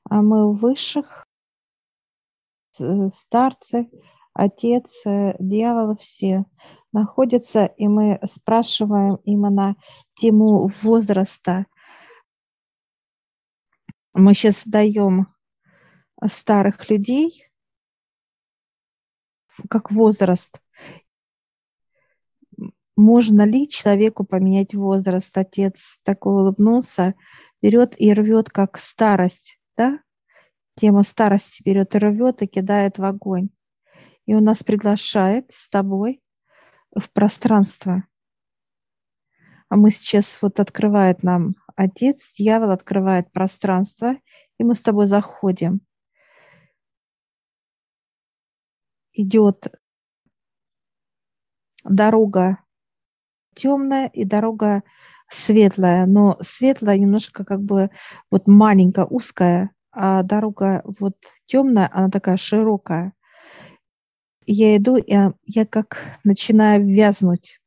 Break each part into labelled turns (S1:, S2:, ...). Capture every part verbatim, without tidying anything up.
S1: А мы у высших, с- старцы, отец, э, дьявол, все находятся, и мы спрашиваем именно тему возраста. Мы сейчас даем старых людей как возраст. М, Можно ли человеку поменять возраст? Отец такой улыбнулся, берет и рвет как старость, да? Тему старости берет и рвет и кидает в огонь. И он нас приглашает с тобой в пространство. А мы сейчас вот открывает нам Отец, дьявол открывает пространство, и мы с тобой заходим. Идет дорога темная и дорога светлая, но светлая немножко как бы вот маленькая, узкая, а дорога вот темная, она такая широкая. И я иду, и я, я как начинаю вязнуть.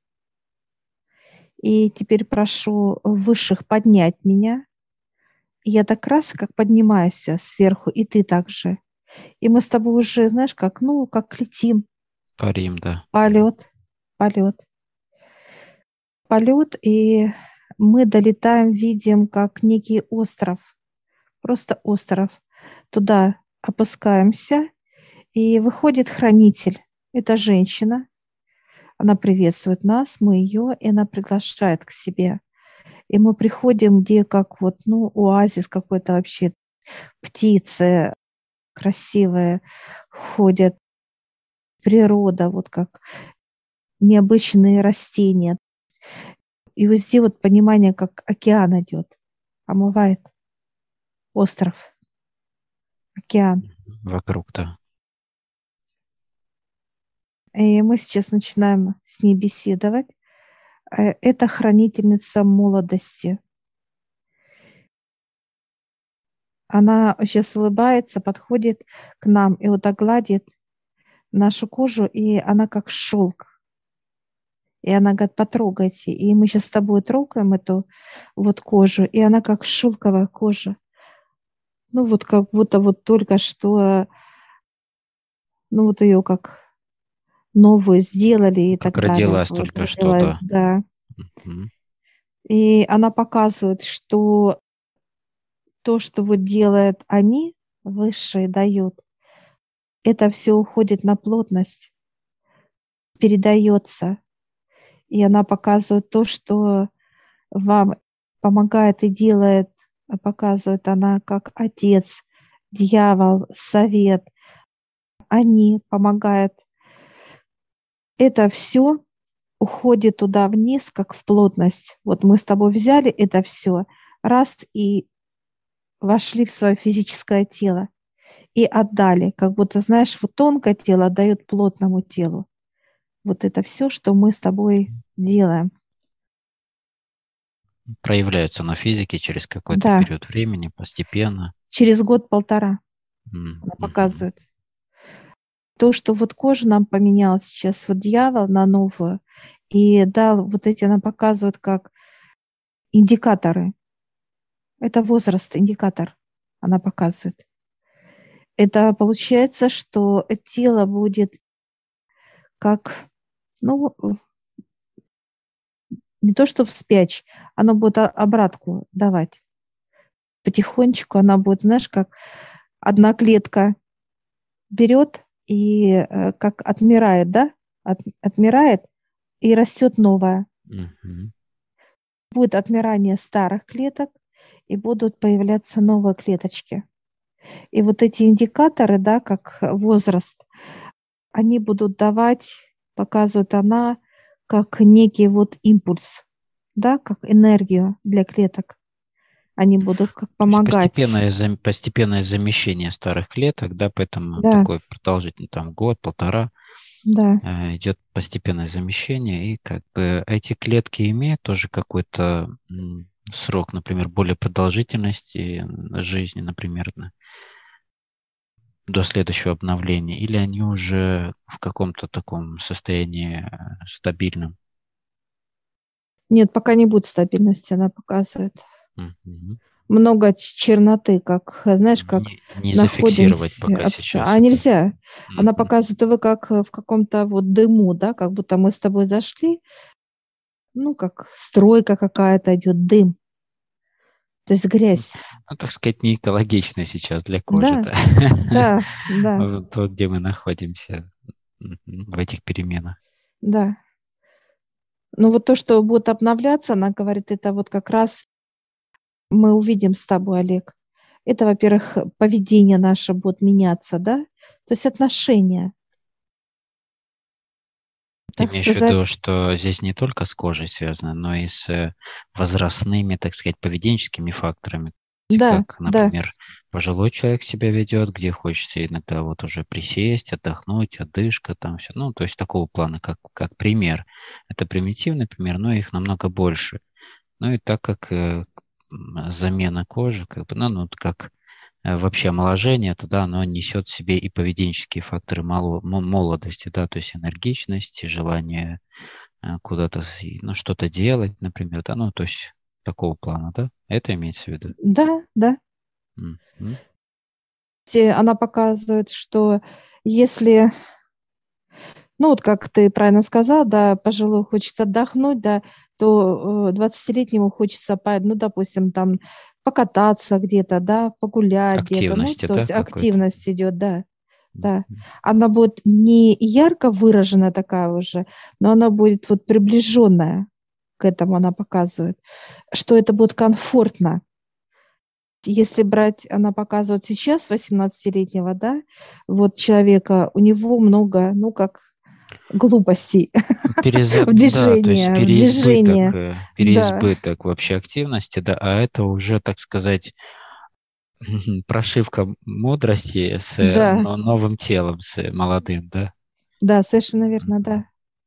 S1: И теперь прошу высших поднять меня. И я так раз, как поднимаюсь сверху, и ты также. И мы с тобой уже, знаешь, как, ну, как летим.
S2: Парим, да.
S1: Полет, полет, полет, и мы долетаем, видим, как некий остров, просто остров. Туда опускаемся, и выходит хранитель. Это женщина. Она приветствует нас, мы ее, и она приглашает к себе. И мы приходим, где как вот, ну, оазис какой-то вообще, птицы красивые ходят, природа, вот как необычные растения. И везде вот понимание, как океан идет, омывает остров, океан.
S2: Вокруг, да.
S1: И мы сейчас начинаем с ней беседовать. Э, Это хранительница молодости. Она сейчас улыбается, подходит к нам и вот так гладит нашу кожу, и она как шелк. И она говорит, потрогайте. И мы сейчас с тобой трогаем эту вот кожу, и она как шелковая кожа. Ну вот как будто вот только что, ну вот ее как новую сделали и
S2: Как
S1: так далее.
S2: родилась
S1: Вот
S2: только что,
S1: родилась,
S2: да.
S1: да.
S2: Мгм.
S1: И она показывает, что то, что вот делают они, высшие дают, это все уходит на плотность, передается. И она показывает то, что вам помогает и делает, а показывает она как отец, дьявол, совет. Они помогают. Это все уходит туда вниз, как в плотность. Вот мы с тобой взяли это все, раз и вошли в свое физическое тело и отдали, как будто, знаешь, вот тонкое тело отдает плотному телу. Вот это все, что мы с тобой делаем.
S2: Проявляется на физике через какой-то
S1: Да,
S2: период времени, постепенно.
S1: через год-полтора
S2: М,
S1: она
S2: мгм.
S1: показывает. То, что вот кожа нам поменялась сейчас, вот дьявол на новую, и да, вот эти она показывает как индикаторы. Это возраст, индикатор она показывает. Это получается, что тело будет как, ну, не то что вспячь, оно будет о- обратку давать. Потихонечку она будет, знаешь, как одна клетка берет и э, как отмирает, да? От- отмирает и растет новая.
S2: Мгм.
S1: Будет отмирание старых клеток и будут появляться новые клеточки. И вот эти индикаторы, да, как возраст, они будут давать, показывает она, как некий вот импульс, да, как энергию для клеток. Они будут как
S2: То есть
S1: помогать.
S2: постепенное, зам- постепенное замещение старых клеток, да, поэтому
S1: Да,
S2: такой продолжительный там год, полтора,
S1: да.
S2: э, идет постепенное замещение, и как бы эти клетки имеют тоже какой-то м, срок, например, более продолжительности м, жизни, например, на- до следующего обновления, или они уже в каком-то таком состоянии э, стабильном.
S1: Нет, пока не будет стабильности, она показывает.
S2: Мгм.
S1: много ч- черноты, как, э, знаешь, как
S2: Не, не зафиксировать
S1: находимся.
S2: пока
S1: абс-
S2: сейчас
S1: А
S2: это.
S1: нельзя. Она
S2: Мгм.
S1: показывает, вы как э, в каком-то вот дыму, да, как будто мы с тобой зашли, ну, как стройка какая-то идет, дым, то есть
S2: М.
S1: грязь.
S2: Ну, так сказать, не экологично сейчас для
S1: Да,
S2: кожи-то.
S1: да, да,
S2: Вот то, где мы находимся, мгм, в этих переменах.
S1: да. Но вот то, что будет обновляться, она говорит, это вот как раз мы увидим с тобой, Олег. Это, во-первых, поведение наше будет меняться, да, то есть отношения,
S2: Ты
S1: так
S2: имеешь в виду,
S1: сказать,
S2: что здесь не только с кожей связано, но и с э, возрастными, так сказать, поведенческими факторами.
S1: да,
S2: Как,
S1: да,
S2: например, пожилой человек себя ведет, где хочется иногда вот уже присесть, отдохнуть, отдышка, там все. Ну, то есть такого плана, как, как пример. Это примитивный пример, но их намного больше. Ну и так как э, м, замена кожи, как бы, ну, ну, вот как э, вообще омоложение, то да, оно несет в себе и поведенческие факторы мало- мо- молодости, да, то есть энергичность, и желание э, куда-то, с- и, ну, что-то делать, например, да, ну, то есть такого плана, да, это имеется в виду.
S1: да, да.
S2: Мгм.
S1: Те- Она показывает, что если, ну вот как ты правильно сказал, да, пожилой хочет отдохнуть, да, то э, двадцатилетнему хочется, по- ну, допустим, там покататься где-то, да, погулять где-то, ну,
S2: Активности,
S1: то
S2: да,
S1: есть
S2: какой-то.
S1: активность идет, да. Да,
S2: Мгм.
S1: она будет не ярко выраженная такая уже, но она будет вот приближенная к этому, она показывает, что это будет комфортно. Если брать, она показывает сейчас восемнадцатилетнего, да, вот человека, у него много, ну, как глупостей
S2: Переза...
S1: в
S2: Да, то есть
S1: движении, в
S2: переизбыток,
S1: движении,
S2: э,
S1: да,
S2: переизбыток вообще активности, да, а это уже, так сказать, прошивка мудрости с э,
S1: да,
S2: но- новым телом, с э, молодым, да?
S1: да, совершенно верно,
S2: Мгм.
S1: да.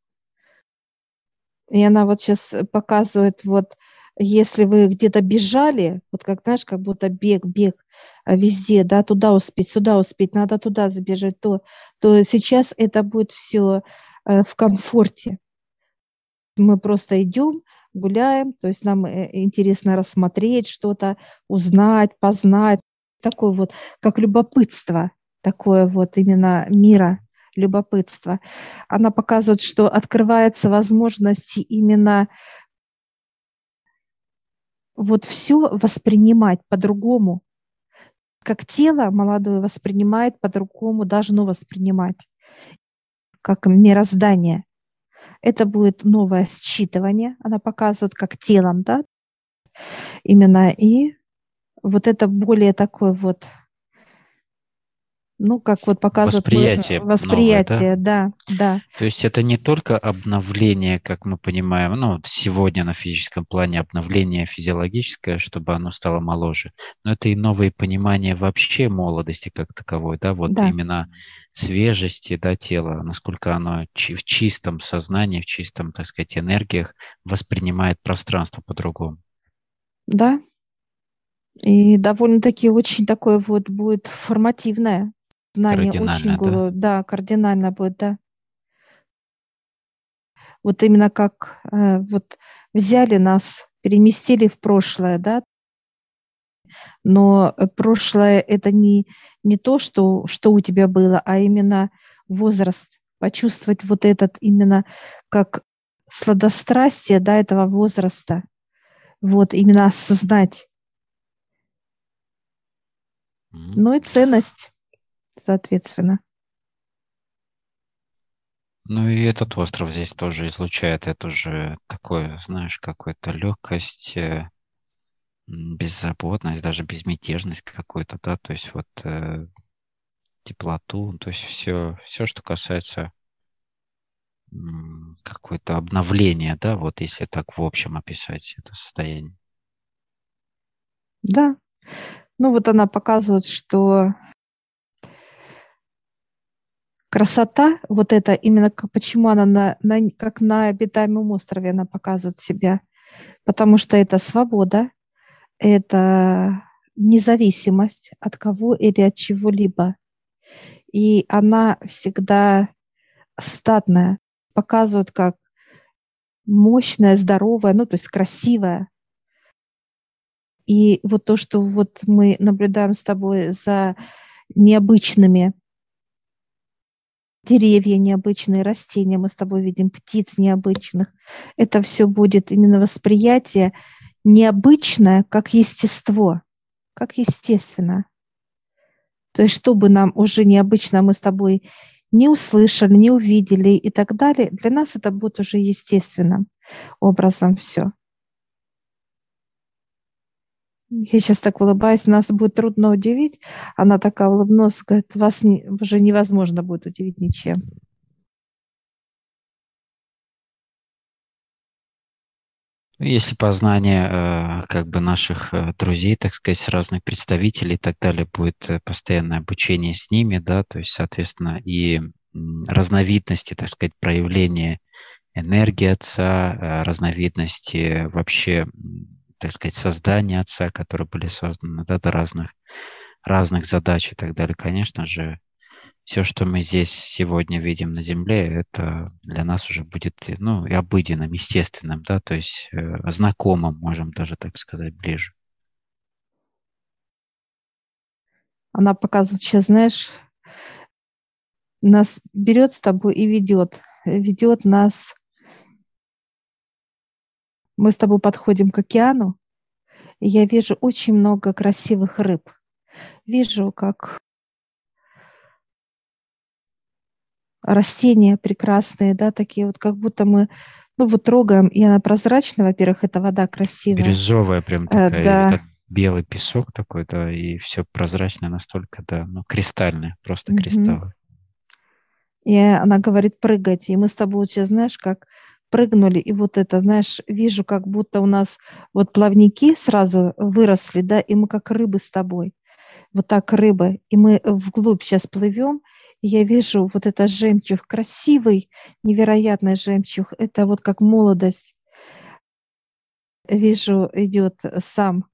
S1: И она вот сейчас показывает, вот если вы где-то бежали, вот как, знаешь, как будто бег, бег а, везде, да, туда успеть, сюда успеть, надо туда забежать, то, то сейчас это будет все в комфорте. Мы просто идем, гуляем, то есть нам э, интересно рассмотреть что-то, узнать, познать, такое вот, как любопытство, такое вот именно мира любопытства. Она показывает, что открываются возможности именно вот все воспринимать по-другому, как тело молодое воспринимает по-другому, должно воспринимать, как мироздание. Это будет новое считывание, она показывает как телом, да, именно, и вот это более такое вот, ну, как вот показывает мы э,
S2: Восприятие новое, да?
S1: восприятие, да, да,
S2: То есть это не только обновление, как мы понимаем, ну, вот сегодня на физическом плане обновление физиологическое, чтобы оно стало моложе, но это и новые понимания вообще молодости как таковой, да, вот
S1: да,
S2: именно свежести, да, тела, насколько оно чи- в чистом сознании, в чистом, так сказать, энергиях воспринимает пространство по-другому.
S1: да, и довольно-таки очень такое вот будет формативное знание, очень,
S2: Кардинально, да?
S1: глу- да, кардинально будет, да. Вот именно как э, вот взяли нас, переместили в прошлое, да, но э, прошлое это не, не то, что, что у тебя было, а именно возраст, почувствовать вот этот именно как сладострастие, да, этого возраста, вот именно осознать,
S2: Мгм.
S1: ну и ценность, соответственно.
S2: Ну и этот остров здесь тоже излучает эту же такое, знаешь, какую-то легкость, э, м, беззаботность, даже безмятежность какую-то, да, то есть вот э, теплоту, то есть все, все, что касается м, какое-то обновление, да, вот если так в общем описать это состояние.
S1: Да, ну вот она показывает, что красота, вот это именно как, почему она на, на, как на обитаемом острове она показывает себя, потому что это свобода, это независимость от кого или от чего-либо. И она всегда статная, показывает как мощная, здоровая, ну, то есть красивая. И вот то, что вот мы наблюдаем с тобой за необычными деревья, необычные растения, мы с тобой видим птиц необычных, это все будет именно восприятие необычное, как естество, как естественно. То есть, чтобы нам уже необычно мы с тобой не услышали, не увидели и так далее, для нас это будет уже естественным образом все. Я сейчас так улыбаюсь, нас будет трудно удивить. Она такая улыбнулась, говорит, вас не, уже невозможно будет удивить ничем.
S2: Если познание э, как бы наших э, друзей, так сказать, разных представителей и так далее, будет э, постоянное обучение с ними, да, то есть, соответственно, и м, разновидности, так сказать, проявления энергии Отца, э, разновидности вообще, м, так сказать, создания Отца, которые были созданы, да, до разных, разных задач и так далее, конечно же, все, что мы здесь сегодня видим на Земле, это для нас уже будет, ну, и обыденным, естественным, да, то есть э, знакомым, можем даже так сказать, ближе.
S1: Она показывает сейчас, знаешь, нас берет с тобой и ведет, ведет нас. Мы с тобой подходим к океану, и я вижу очень много красивых рыб. Вижу, как растения прекрасные, да, такие вот, как будто мы, ну вот трогаем, и она прозрачная, во-первых, эта вода красивая,
S2: Бирюзовая прям
S1: э,
S2: такая, или как
S1: да.
S2: белый песок такой, да, и все прозрачное настолько, да, ну, кристальное, просто
S1: Мгм.
S2: кристаллы.
S1: И она говорит прыгать, и мы с тобой вот сейчас, знаешь, как прыгнули, и вот это, знаешь, вижу, как будто у нас вот плавники сразу выросли, да, и мы как рыбы с тобой, вот так рыбы, и мы вглубь сейчас плывем, и я вижу вот это жемчуг, красивый, невероятный жемчуг, это вот как молодость. Вижу, идет сам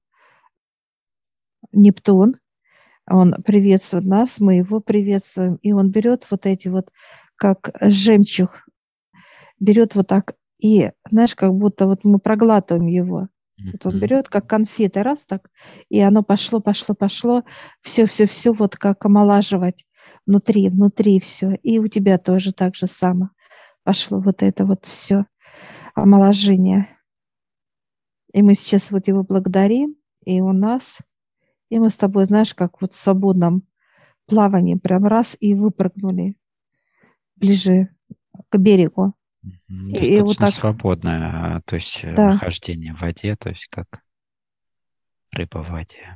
S1: Нептун, он приветствует нас, мы его приветствуем, и он берет вот эти вот, как жемчуг, берет вот так, и, знаешь, как будто вот мы проглатываем его. Вот он
S2: Мгм.
S1: берет, как конфеты, раз так, и оно пошло, пошло, пошло, все, все, все вот как омолаживать внутри, внутри все. И у тебя тоже так же само пошло вот это вот все омоложение. И мы сейчас вот его благодарим, и у нас, и мы с тобой, знаешь, как вот в свободном плавании прям раз и выпрыгнули ближе к берегу.
S2: Мгм.
S1: И, и вот
S2: Достаточно
S1: так,
S2: свободное, а, то есть э,
S1: да,
S2: нахождение в воде, то есть как рыба в воде.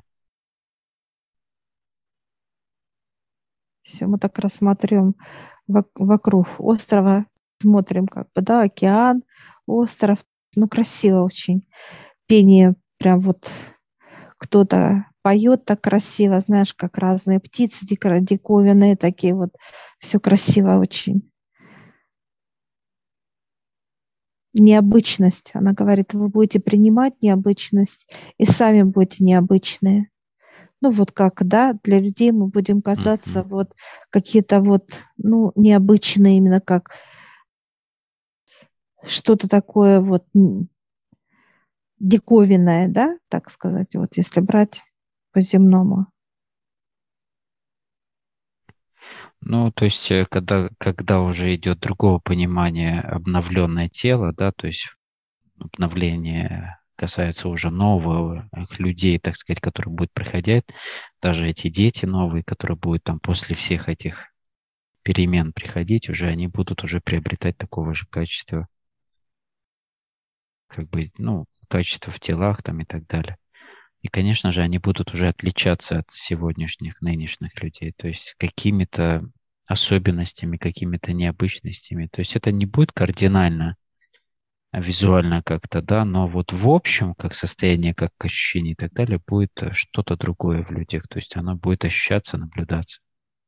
S1: все, мы так рассматриваем вок- вокруг острова, смотрим как бы, да, океан, остров, ну, красиво очень. Пение прям вот кто-то поет так красиво, знаешь, как разные птицы дикро- диковинные такие вот, все красиво очень. Необычность. Она говорит, вы будете принимать необычность и сами будете необычные. Ну вот как, да, для людей мы будем казаться
S2: Мгм.
S1: вот какие-то вот, ну, необычные именно как что-то такое вот м, диковинное, да, так сказать, вот если брать по-земному.
S2: Ну, то есть, э, когда, когда уже идет другого понимания обновленное тело, да, то есть обновление касается уже новых людей, так сказать, которые будут приходить, даже эти дети новые, которые будут там после всех этих перемен приходить, уже они будут уже приобретать такого же качества, как бы, ну, качества в телах там и так далее. И, конечно же, они будут уже отличаться от сегодняшних, нынешних людей, то есть какими-то особенностями, какими-то необычностями. То есть это не будет кардинально визуально как-то, да, но вот в общем, как состояние, как ощущение и так далее, будет э, что-то другое в людях, то есть оно будет ощущаться, наблюдаться.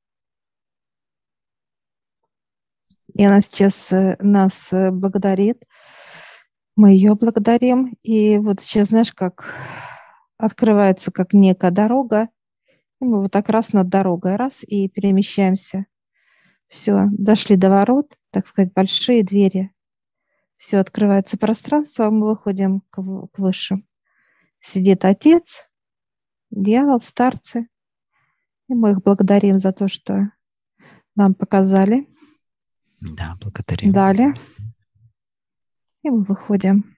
S1: И она сейчас э, нас э, благодарит, мы ее благодарим. И вот сейчас, знаешь, как открывается как некая дорога, и мы вот так раз над дорогой, раз, и перемещаемся. Все, дошли до ворот, так сказать, большие двери. Все, открывается пространство, мы выходим к, в- к высшим сидит отец, дьявол, старцы. И мы их благодарим за то, что нам показали,
S2: Да, благодарим.
S1: дали. И мы выходим.